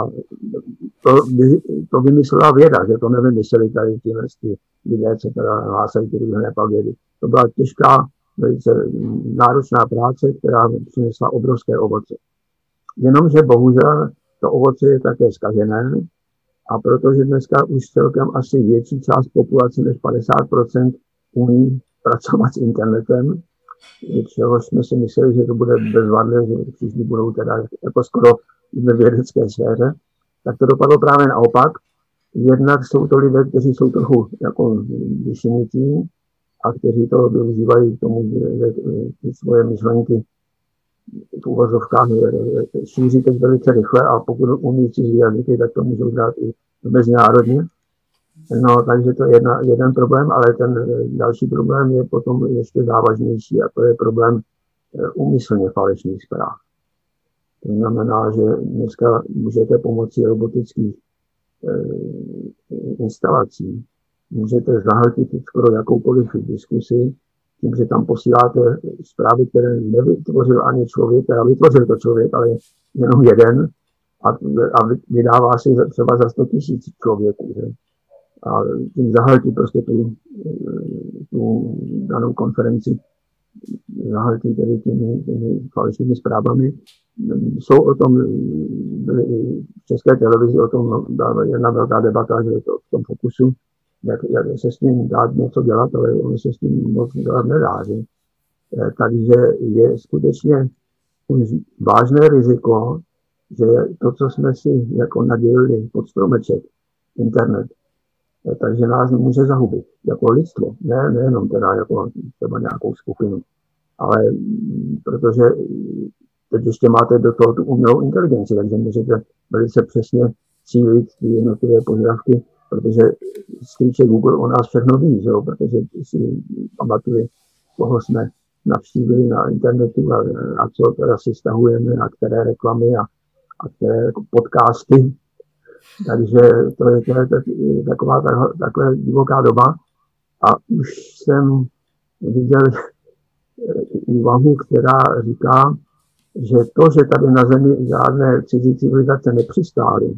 to vymyslela věda, že to nevymysleli tady ti lidé, co teda hlásají ty různé vědy. To byla těžká, velice náročná práce, která přinesla obrovské ovoce. Jenomže bohužel to ovoce je také zkažené a protože dneska už celkem asi větší část populace než 50% umí pracovat s internetem, čehož jsme si mysleli, že to bude bezvadné, že všichni budou teda jako skoro ve vědecké sféře, tak to dopadlo právě naopak. Jednak jsou to lidé, kteří jsou trochu jako vyšinutí a kteří to využívají k tomu, že svoje myšlenky v uvozovkách šíří teď velice rychle a pokud umí cizí jazyky, tak to můžou dělat i mezinárodně. No, takže to je jeden problém, ale ten další problém je potom ještě závažnější a to je problém úmyslně falešných zpráv. To znamená, že dneska můžete pomocí robotických instalací, můžete zahltit skoro jakoukoliv diskusi tím, že tam posíláte zprávy, které nevytvořil ani člověk, teda vytvořil to člověk, ale jenom jeden a vydává si třeba za 100 000 člověků. Že? A tím zahltí prostě tu danou konferenci, zahltí tedy těmi falešnými zprávami. Jsou o tom, byly i v České televizi o tom jedna velká debata, že je to v tom fokusu, jak se s tím dá něco dělat, ale ono se s tím moc dělat nedá. Že? Takže je skutečně vážné riziko, že to, co jsme si jako nadělili pod stromeček, internet, takže nás může zahubit jako lidstvo, nejenom teda jako třeba nějakou skupinu, ale protože teď ještě máte do toho tu umělou inteligenci, takže můžete velice přesně cílit ty jednotlivé požadavky, protože strýček Google o nás všechno ví, že jo? Protože si pamatuje, koho jsme navštívili na internetu a co teda si stahujeme a které reklamy a které jako podcasty. Takže to je taková divoká doba a už jsem viděl úvahu, která říká, že to, že tady na Zemi žádné cizí civilizace nepřistály,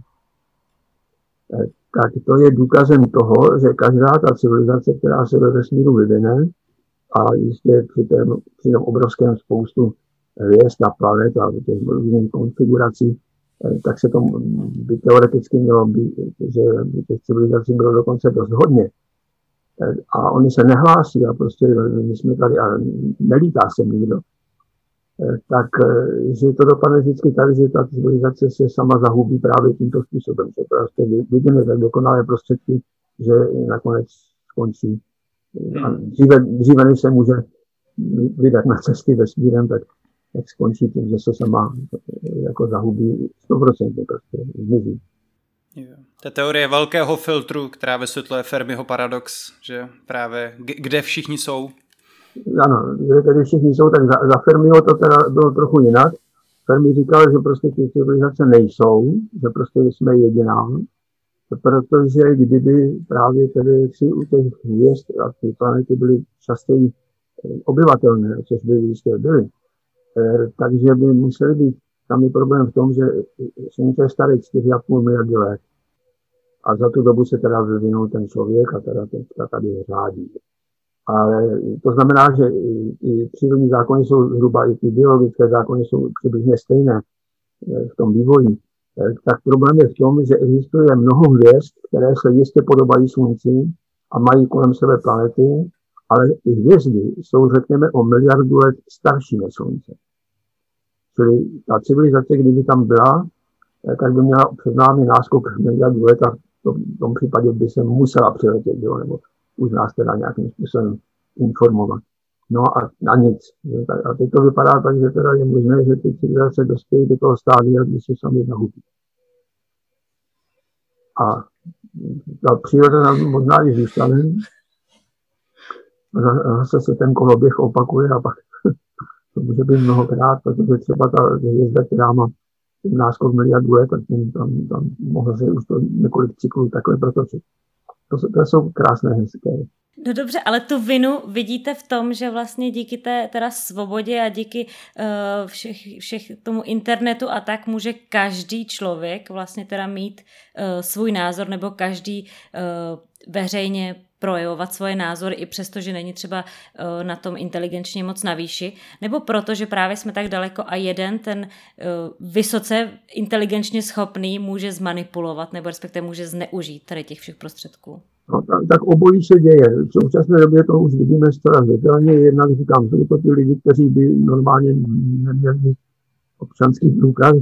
tak to je důkazem toho, že každá ta civilizace, která se ve vesmíru vyvine a jistě při tom obrovském spoustu hvězd a planet a těch různých konfigurací, tak se to by teoreticky mělo být, že by těch civilizací bylo dokonce dost hodně. A oni se nehlásí a prostě my jsme tady a nelítá se nikdo. Tak, že to dopadne vždycky tak, že ta civilizace se sama zahubí právě tímto způsobem. Že prostě vidíme tak dokonalé prostředky, že nakonec skončí. A dříve než se může vydat na cesty vesmírem, tak skončí tím, že se sama jako zahubí 100% prostě zmizí. To je teorie velkého filtru, která vysvětluje Fermiho paradox, že právě kde všichni jsou. Ano, kde tedy všichni jsou, tak za Fermiho to teda bylo trochu jinak. Fermi říkal, že prostě ty civilizace nejsou, že prostě jsme jediná, protože kdyby právě tedy si u těch hvězd a ty planety byly častěji obyvatelné, což by jistě byly, takže by museli být, tam je problém v tom, že Slunce je staré 4,5 miliardy let a za tu dobu se teda vyvinul ten člověk a teda tady řádí. Ale to znamená, že i přírodní zákony jsou zhruba, i ty biologické zákony jsou přibližně stejné v tom vývoji. Tak problém je v tom, že existuje mnoho hvězd, které se jistě podobají Slunci a mají kolem sebe planety, ale ty hvězdy jsou, řekněme, o miliardu let starší než Slunce. Čili ta civilizace, kdyby tam byla, tak by měla před námi náskok miliardu let a v tom případě by se musela přiletět, nebo už nás teda nějakým způsobem informovat. No a nic. A teď to vypadá tak, že teda je možné, že ty civilizace dospějí do toho stádia, kdy se sami zahubí. A ta příroda nám možná i zůstane. Zase se ten koloběh opakuje a pak to může být mnohokrát, protože třeba ta hvězda, která má náskok miliardu let, tak tam mohlo se už to několik cyklů takhle protočit. To jsou krásné, hezké. No dobře, ale tu vinu vidíte v tom, že vlastně díky té teda svobodě a díky všech tomu internetu a tak může každý člověk vlastně teda mít svůj názor nebo každý veřejně projevovat svoje názory, i přesto, že není třeba na tom inteligenčně moc na výši, nebo proto, že právě jsme tak daleko a jeden ten vysoce inteligenčně schopný může zmanipulovat nebo respektive může zneužít tady těch všech prostředků. No, tak obojí se děje. V současné době to už vidíme zcela zřetelně. Jednak říkám, jsou to ty lidi, kteří by normálně neměli občanský průkaz,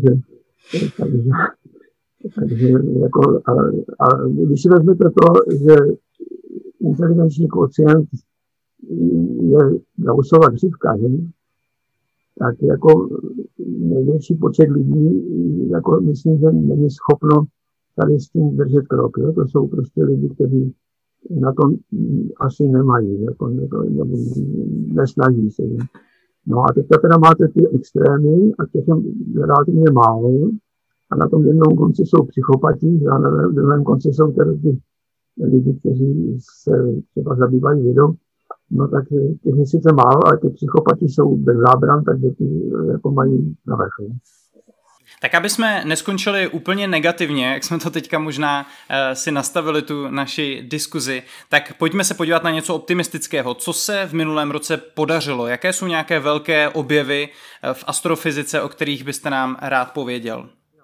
takže jako, a když si vezmete to, že inteligenční kvocient je Gaussova křivka, že? Tak jako největší počet lidí, jako myslím, že není schopno tady s tím držet krok. Jo? To jsou prostě lidi, kteří na to asi nemají, jako nesnaží se. Že? No a teďka teda máte ty extrémy a těch je relativně málo a na tom jednom konci jsou psychopati a na druhém konci jsou tedy ty lidi, kteří se třeba zabývají vědou. no tak těch je sice málo, ale ty psychopati jsou bez zábran, takže ty jako mají navrch. Tak aby jsme neskončili úplně negativně, jak jsme to teďka možná si nastavili tu naši diskuzi, tak pojďme se podívat na něco optimistického. Co se v minulém roce podařilo? Jaké jsou nějaké velké objevy v astrofyzice, o kterých byste nám rád pověděl?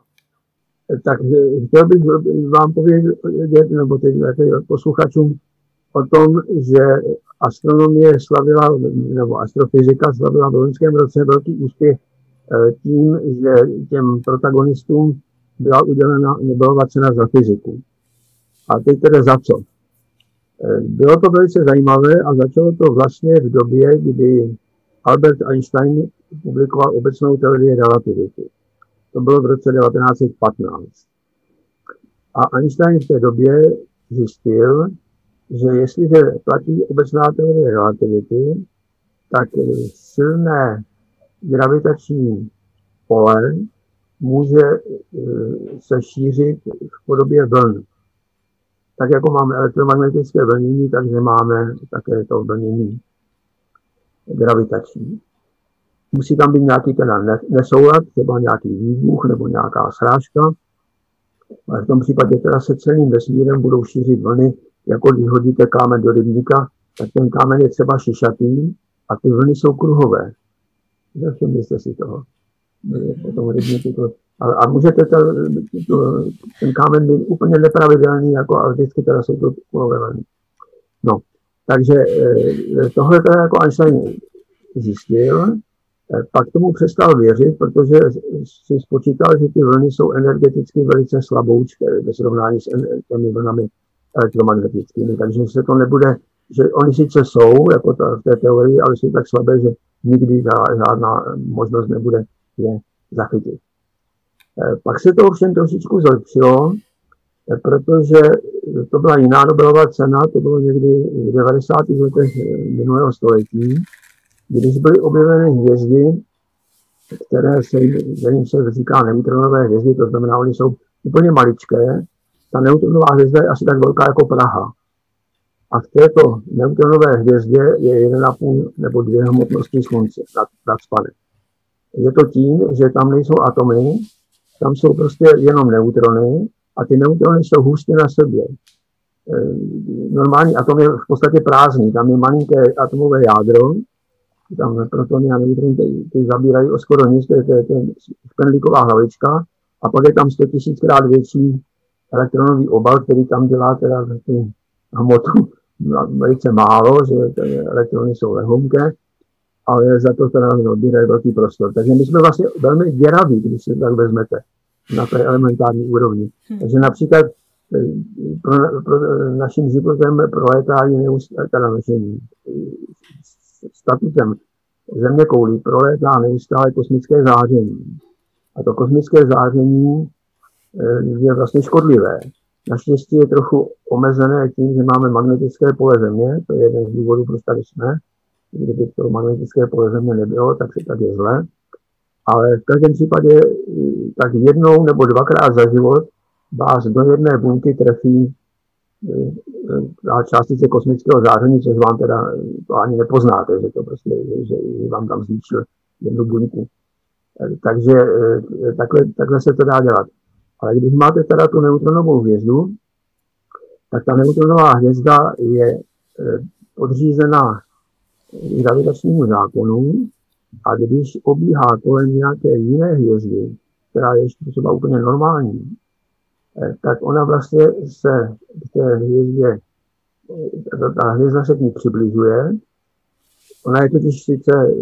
Tak chtěl bych vám povědět, nebo teď posluchačům, o tom, že astronomie slavila, nebo astrofyzika slavila v loňském roce velký úspěch tím, že těm protagonistům byla udělena Nobelova cena za fyziku. A teď tedy za co? Bylo to velice zajímavé a začalo to vlastně v době, kdy Albert Einstein publikoval obecnou teorii relativity. To bylo v roce 1915. A Einstein v té době zjistil, že jestliže platí obecná teorie relativity, tak silné gravitační pole může se šířit v podobě vln. Tak jako máme elektromagnetické vlnění, takže máme také to vlnění gravitační. Musí tam být nějaký teda nesoulad, třeba nějaký výbuch nebo nějaká srážka. Ale v tom případě teda se celým vesmírem budou šířit vlny, jako když hodíte kámen do rybníka, tak ten kámen je třeba šišatý a ty vlny jsou kruhové. Všimli jste si toho. Potom rybníku a můžete ten kámen být úplně nepravidelný, jako, ale vždycky teda jsou to kulové vlny. No, takže tohle teda jako Einstein zjistil, pak tomu přestal věřit, protože si spočítal, že ty vlny jsou energeticky velice slaboučké ve srovnání s těmi vlnami elektromagnetickými, takže se to nebude, že oni sice jsou, jako v té teorii, ale jsou tak slabé, že nikdy žádná možnost nebude je zachytit. Pak se to ovšem trošičku zlepšilo, protože to byla jiná Nobelova cena, to bylo někdy v 90. letech minulého století, když byly objeveny hvězdy, kterým se říká neutronové hvězdy, to znamená, oni jsou úplně maličké. Ta neutronová hvězda je asi tak velká jako Praha. A v této neutronové hvězdě je 1,5 nebo 2 hmotnosti Slunce nad spanem. Je to tím, že tam nejsou atomy, tam jsou prostě jenom neutrony a ty neutrony jsou hustě na sobě. Normální atom je v podstatě prázdný, tam je malinké atomové jádro, tam protony a neutrony ty zabírají o skoro nic, to je špendlíková hlavička a pak je tam 100 000krát větší elektronový obal, který tam dělá teda tu hmotu velice málo, že ty elektrony jsou lehonké, ale za to teda zabírají velký prostor. Takže my jsme vlastně velmi děraví, když se tak vezmete na té elementární úrovni. Takže například pro naším životem prolétání teda naším statutem zeměkoulí prolétá neustále kosmické záření. A to kosmické záření je vlastně škodlivé. Naštěstí je trochu omezené tím, že máme magnetické pole Země, to je jeden z důvodů, proč tady jsme. Kdyby to magnetické pole Země nebylo, tak je zle. Ale v každém případě tak jednou nebo dvakrát za život vás do jedné buňky trefí částice kosmického záření, což vám teda to ani nepoznáte, že to prostě, že vám tam zvýšil jednu buňku. Takže takhle se to dá dělat. Ale když máte teda tu neutronovou hvězdu, tak ta neutronová hvězda je podřízená gravitačnímu zákonu a když obíhá kolem nějaké jiné hvězdy, která je ještě třeba úplně normální, tak ona vlastně se k té hvězdě, ta hvězda se k ní přibližuje. Ona je totiž sice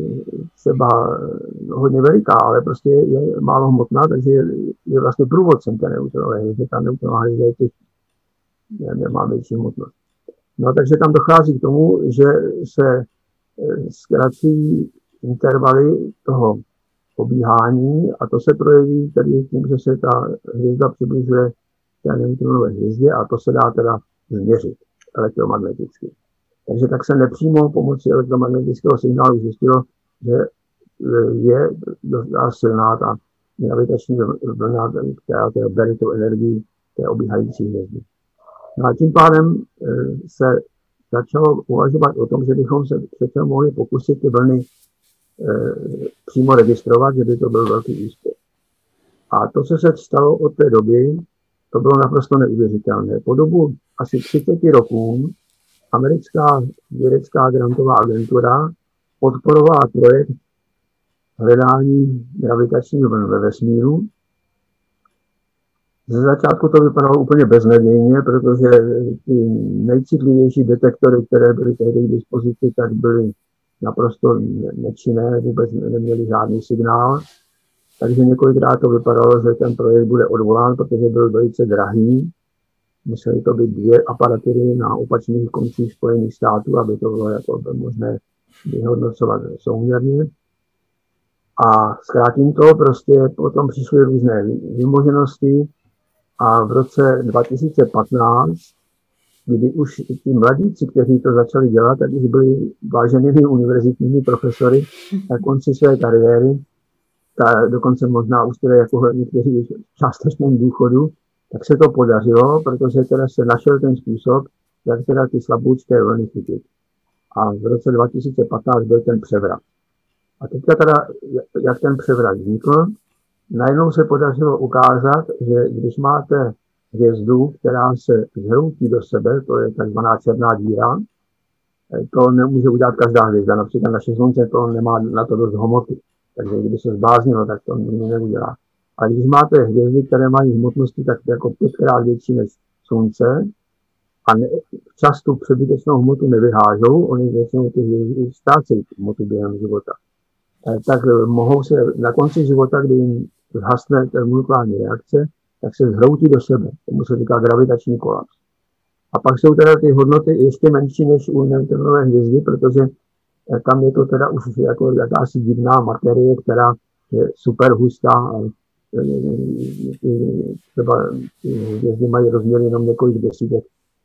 třeba hodně veliká, ale prostě je málo hmotná, takže je vlastně průvodcem té neutronové hvězdy. Ta neutronová hvězda je těžší, nemá větší hmotnost. No takže tam dochází k tomu, že se zkracují intervaly toho obíhání a to se projeví tedy tím, že se ta hvězda přibližuje té neutronové hvězdě a to se dá teda změřit elektromagneticky. Takže tak se nepřímo pomocí elektromagnetického signálu zjistilo, že je dost silná ta gravitační vlna, která teda bere tu energii té obíhající hvězdy. No a tím pádem se začalo uvažovat o tom, že bychom se přece mohli pokusit ty vlny přímo registrovat, že by to byl velký úspěch. A to, co se stalo od té doby, to bylo naprosto neuvěřitelné. Po dobu asi 30 roků americká vědecká grantová agentura podporovala projekt hledání gravitačních vln ve vesmíru. Ze začátku to vypadalo úplně beznadějně, protože ty nejcitlivější detektory, které byly tehdy k dispozici, tak byly naprosto nečinné, vůbec neměly žádný signál. Takže několikrát to vypadalo, že ten projekt bude odvolán, protože byl velice drahý. Musely to být 2 aparatury na opačných koncích Spojených států, aby to bylo jako možné vyhodnocovat souměrně. A zkrátím to, prostě potom přišly různé vymoženosti a v roce 2015, kdy už ti mladíci, kteří to začali dělat, tak už byli váženými univerzitními profesory na konci své kariéry, dokonce možná už teda jako někteří v částečném důchodu, tak se to podařilo, protože teda se našel ten způsob, jak teda ty slaboučké vlny chytit. A v roce 2015 byl ten převrat. A teďka teda, jak ten převrat vznikl, najednou se podařilo ukázat, že když máte hvězdu, která se zhroutí do sebe, to je takzvaná černá díra, to nemůže udělat každá hvězda, například naše slunce to nemá na to dost hmoty. Takže kdyby se zbláznilo, tak to neudělá. A když máte hvězdy, které mají hmotnosti tak jako 5krát větší než slunce a čas tu přebytečnou hmotu nevyhážou, oni většinou ty hvězdy ztrácejí hmotu během života. Tak mohou se na konci života, kdy jim zhasne termonuklární reakce, tak se zhroutí do sebe. Tomu se říká gravitační kolaps. A pak jsou teda ty hodnoty ještě menší než u neutronové hvězdy, protože tam je to teda už jako jakási divná materie, která je super hustá a třeba hvězdy mají rozměry jenom několik desítek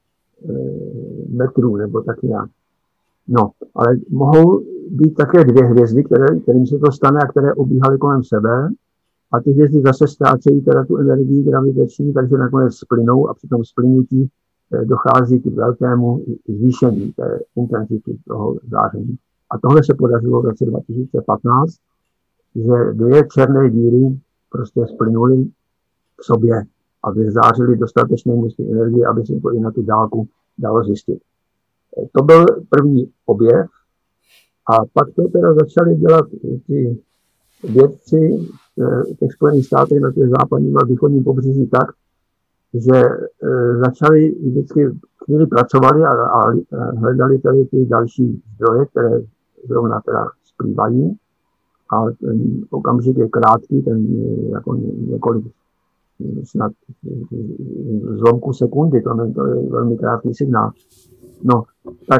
metrů nebo tak nějak. No, ale mohou být také 2 hvězdy, kterým se to stane a které obíhaly kolem sebe a ty hvězdy zase ztrácejí teda tu energii gravitační, takže nakonec splynou a při tom splynutí dochází k velkému zvýšení té intenzity toho záření. A tohle se podařilo v roce 2015, že 2 černé díry prostě splynuly v sobě a vyzářily dostatečné množství energie, aby se to i na tu dálku dalo zjistit. To byl první objev a pak to teda začali dělat ti vědci těch Spojených států na těch západním a východním pobřeží tak, že začali vždycky chvíli pracovali a hledali tady ty další zdroje, které zrovna teda splývají. A ten okamžik je krátký, ten jako několik snad zlomků sekundy, to je velmi krátký signál. No, tak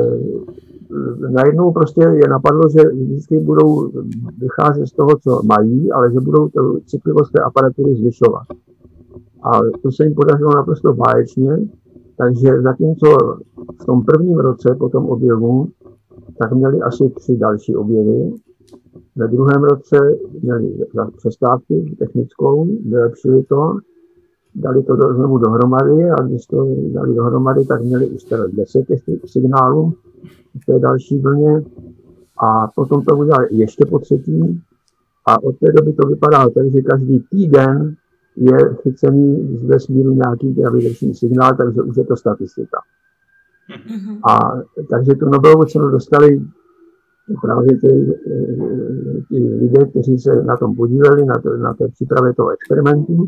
najednou prostě je napadlo, že vždycky budou vycházet z toho, co mají, ale že budou tu citlivost té aparatury zvyšovat. A to se jim podařilo naprosto báječně, takže zatímco v tom prvním roce po tom objevu, tak měli asi 3 další objevy. Ve druhém roce měli přestávku technickou, vylepšili to, dali to znovu dohromady a když to dali dohromady, tak měli už teda 10 signálů v té další vlně a potom to udělali ještě po 3. a od té doby to vypadá tak, že každý týden je chycený z vesmíru nějaký gravitační signál, takže už je to statistika. A takže tu Nobelovu cenu dostali právě ty lidé, kteří se na tom podíleli, na té přípravě toho experimentu.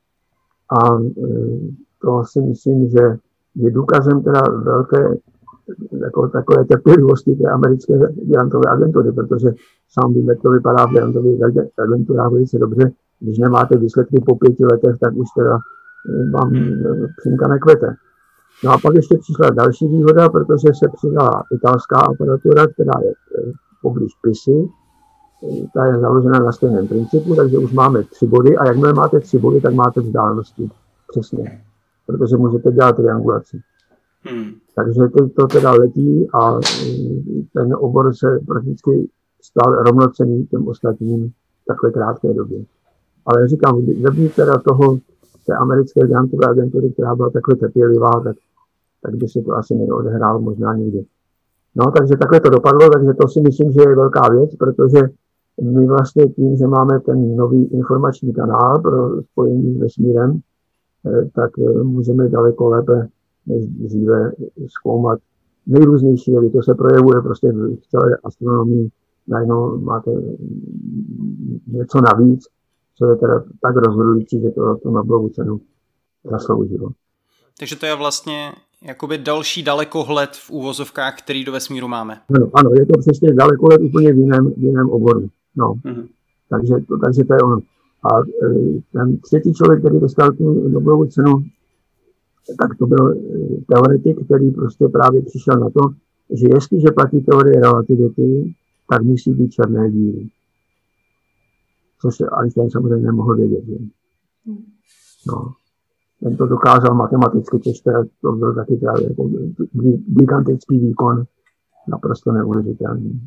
A to si myslím, že je důkazem teda velké jako takové trpělivosti té americké grantové agentury, protože sám vím, jak to vypadá v grantových agenturách velice dobře. Když nemáte výsledky po 5 letech, tak už teda vám přímka nekvete. No a pak ještě přišla další výhoda, protože se přidala italská aparatura, která je poblíž Pisy. Ta je založena na stejném principu, takže už máme 3 body a jakmile máte 3 body, tak máte vzdálenosti. Přesně. Protože můžete dělat triangulaci. Takže to teda letí a ten obor se prakticky stal rovnocenný těm ostatním v takové krátké době. Ale říkám, nebýt teda toho té americké grantové agentury, která byla takhle trpělivá, tak tak by se to asi neodehrálo možná nikdy. No, takže takhle to dopadlo, takže to si myslím, že je velká věc, protože my vlastně tím, že máme ten nový informační kanál pro spojení s vesmírem, tak můžeme daleko lépe než dříve zkoumat nejrůznější jevy. To se projevuje prostě v celé astronomii. Najednou máte něco navíc, co je teda tak rozhodující, že to Nobelovu cenu zasloužilo. Takže to je vlastně jakoby další dalekohled v úvozovkách, který do vesmíru máme. Ano, je to přesně dalekohled úplně v jiném oboru. No. Takže to je ono. A ten třetí člověk, který dostal tu Nobelovu cenu, tak to byl teoretik, který prostě právě přišel na to, že jestliže platí teorie relativity, tak musí být černé díry. Což Einstein samozřejmě nemohl vědět. No. Ten to dokázal matematicky, což to byl taky jako gigantický výkon, naprosto neuvěřitelný.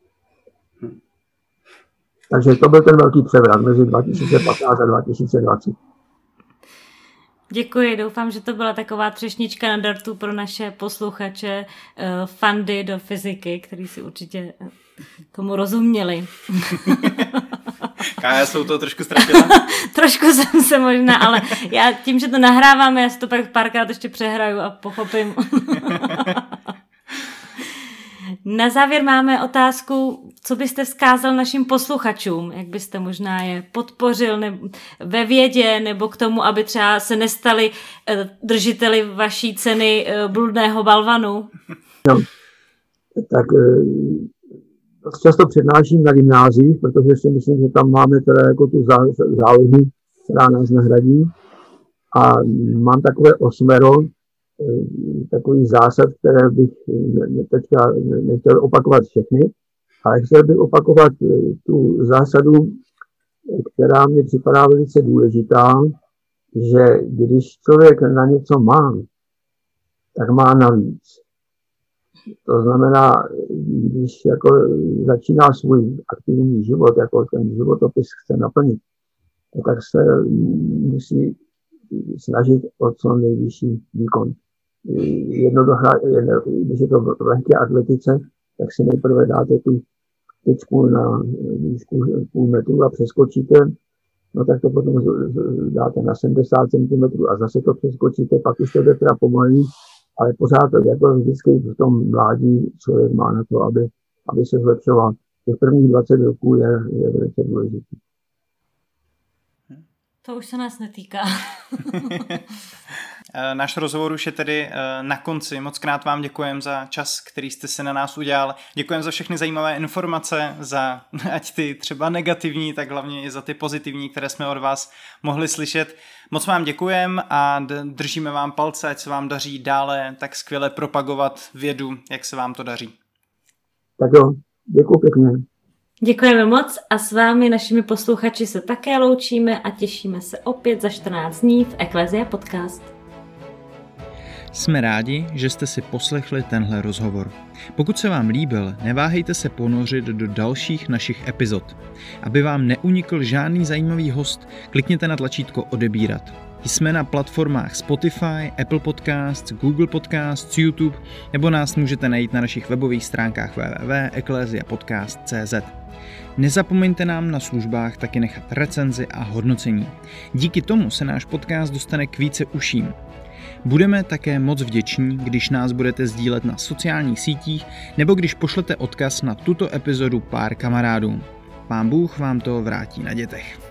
Takže to byl ten velký převrat mezi 2015 a 2020. Děkuji, doufám, že to byla taková třešnička na dortu pro naše posluchače, fandy do fyziky, kteří si určitě tomu rozuměli. Kája, jsou to trošku ztratila? Trošku jsem se možná, ale já tím, že to nahráváme, já si to pak párkrát ještě přehraju a pochopím. Na závěr máme otázku, co byste vzkázal našim posluchačům, jak byste možná je podpořil ve vědě, nebo k tomu, aby třeba se nestali držiteli vaší ceny bludného balvanu? No, tak často přednáším na gymnáziích, protože si myslím, že tam máme teda jako tu zálohu, která nás nahradí. A mám takové 8 takových zásad, které bych teďka nechtěl opakovat všechny, ale chtěl bych opakovat tu zásadu, která mě připadá velice důležitá, že když člověk na něco má, tak má navíc. To znamená, když jako začíná svůj aktivní život, jako ten životopis chce naplnit, tak se musí snažit o co nejvyšší výkon. Když je to v lehké atletice, tak si nejprve dáte tu tyčku na výšku půl metru a přeskočíte, no tak to potom dáte na 70 cm a zase to přeskočíte, pak už to jde teda pomalý, ale pořád jako vždycky v tom mládí člověk má na to, aby se zlepšoval. Těch prvních 20 roků je velice důležitý. To už se nás netýká. Náš rozhovor už je tedy na konci. Moc krát vám děkujem za čas, který jste si na nás udělal. Děkujem za všechny zajímavé informace, za ať ty třeba negativní, tak hlavně i za ty pozitivní, které jsme od vás mohli slyšet. Moc vám děkujem a držíme vám palce, ať se vám daří dále tak skvěle propagovat vědu, jak se vám to daří. Tak jo, děkuji pěkně. Děkujeme moc a s vámi, našimi posluchači, se také loučíme a těšíme se opět za 14 dní v Ecclesia Podcast. Jsme rádi, že jste si poslechli tenhle rozhovor. Pokud se vám líbil, neváhejte se ponořit do dalších našich epizod. Aby vám neunikl žádný zajímavý host, klikněte na tlačítko odebírat. Jsme na platformách Spotify, Apple Podcasts, Google Podcasts, YouTube nebo nás můžete najít na našich webových stránkách www.ecclesiapodcast.cz. Nezapomeňte nám na službách taky nechat recenzi a hodnocení. Díky tomu se náš podcast dostane k více uším. Budeme také moc vděční, když nás budete sdílet na sociálních sítích nebo když pošlete odkaz na tuto epizodu pár kamarádům. Pán Bůh vám to vrátí na dětech.